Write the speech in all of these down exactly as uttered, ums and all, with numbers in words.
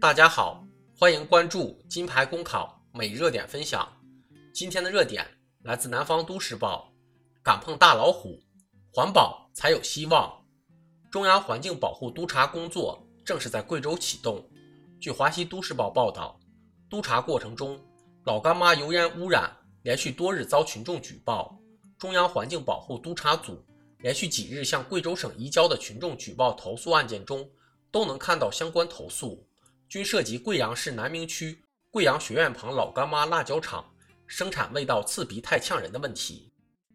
大家好，欢迎关注金牌公考每日热点分享。今天的热点来自南方都市报，敢碰大老虎，环保才有希望。中央环境保护督查工作正式在贵州启动。据华西都市报报道，督查过程中，老干妈油烟污染连续多日遭群众举报。中央环境保护督查组连续几日向贵州省移交的群众举报投诉案件中，都能看到相关投诉，均涉及贵阳市南明区贵阳学院旁老干妈辣椒厂生产味道刺鼻太呛人的问题。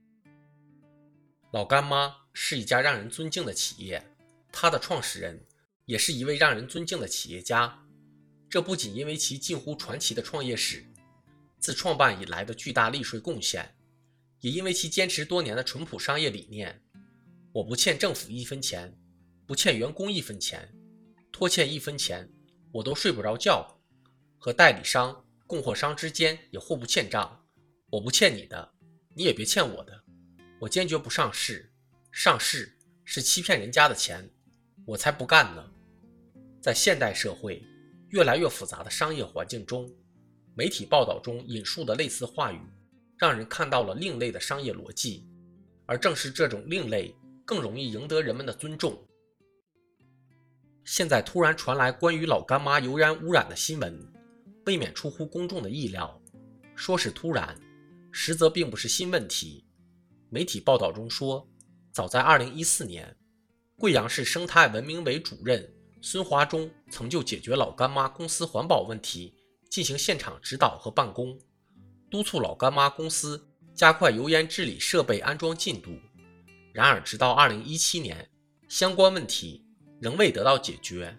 老干妈是一家让人尊敬的企业，它的创始人也是一位让人尊敬的企业家。这不仅因为其近乎传奇的创业史，自创办以来的巨大利税贡献，也因为其坚持多年的淳朴商业理念。我不欠政府一分钱，不欠员工一分钱，拖欠一分钱我都睡不着觉。和代理商、供货商之间也互不欠账，我不欠你的，你也别欠我的。我坚决不上市，上市是欺骗人家的钱，我才不干呢。在现代社会越来越复杂的商业环境中，媒体报道中引述的类似话语，让人看到了另类的商业逻辑，而正是这种另类更容易赢得人们的尊重。现在突然传来关于老干妈油烟污染的新闻，未免出乎公众的意料。说是突然，实则并不是新问题。媒体报道中说，早在二零一四年，贵阳市生态文明委主任孙华忠曾就解决老干妈公司环保问题进行现场指导和办公，督促老干妈公司加快油烟治理设备安装进度。然而直到二零一七年，相关问题仍未得到解决。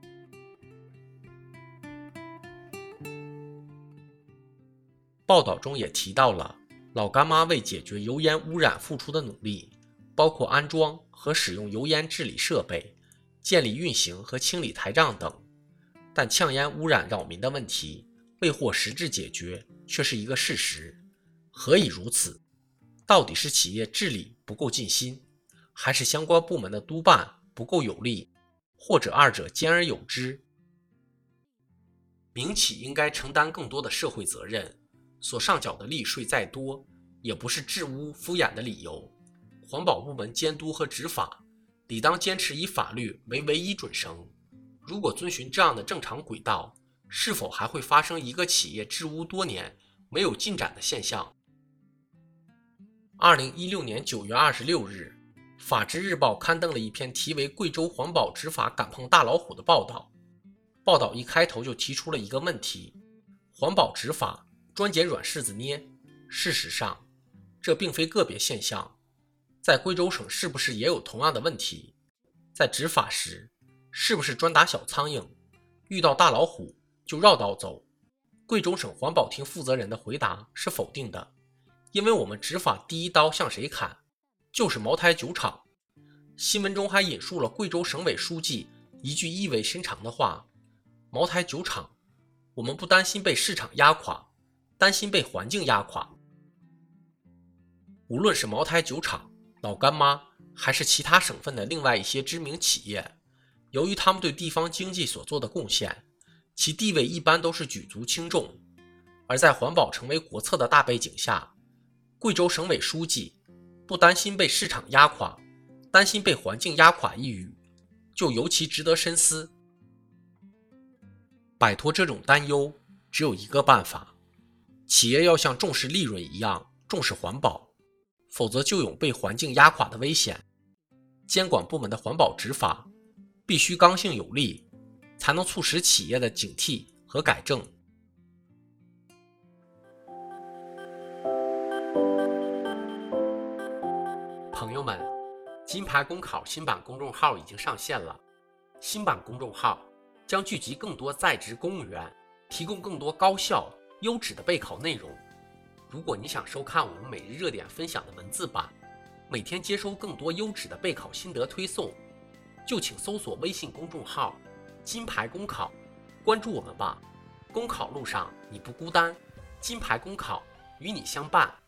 报道中也提到了老干妈为解决油烟污染付出的努力，包括安装和使用油烟治理设备，建立运行和清理台账等。但呛烟污染扰民的问题未获实质解决却是一个事实。何以如此？到底是企业治理不够尽心，还是相关部门的督办不够有力，或者二者兼而有之？民企应该承担更多的社会责任，所上缴的利税再多，也不是治污敷衍的理由。环保部门监督和执法，理当坚持以法律为唯一准绳。如果遵循这样的正常轨道，是否还会发生一个企业治污多年没有进展的现象？二零一六年九月二十六日，法制日报刊登了一篇题为《贵州环保执法敢碰大老虎》的报道。报道一开头就提出了一个问题：环保执法专捡软柿子捏。事实上，这并非个别现象，在贵州省是不是也有同样的问题？在执法时，是不是专打小苍蝇，遇到大老虎就绕道走？贵州省环保厅负责人的回答是否定的，因为我们执法第一刀向谁砍？就是茅台酒厂。新闻中还引述了贵州省委书记一句意味深长的话：茅台酒厂，我们不担心被市场压垮，担心被环境压垮。无论是茅台酒厂、老干妈，还是其他省份的另外一些知名企业，由于他们对地方经济所做的贡献，其地位一般都是举足轻重。而在环保成为国策的大背景下，贵州省委书记不担心被市场压垮，担心被环境压垮一语，就尤其值得深思。摆脱这种担忧，只有一个办法：企业要像重视利润一样重视环保，否则就有被环境压垮的危险。监管部门的环保执法必须刚性有力，才能促使企业的警惕和改正。朋友们，金牌公考新版公众号已经上线了。新版公众号将聚集更多在职公务员，提供更多高效优质的备考内容。如果你想收看我们每日热点分享的文字版，每天接收更多优质的备考心得推送，就请搜索微信公众号金牌公考，关注我们吧。公考路上你不孤单，金牌公考与你相伴。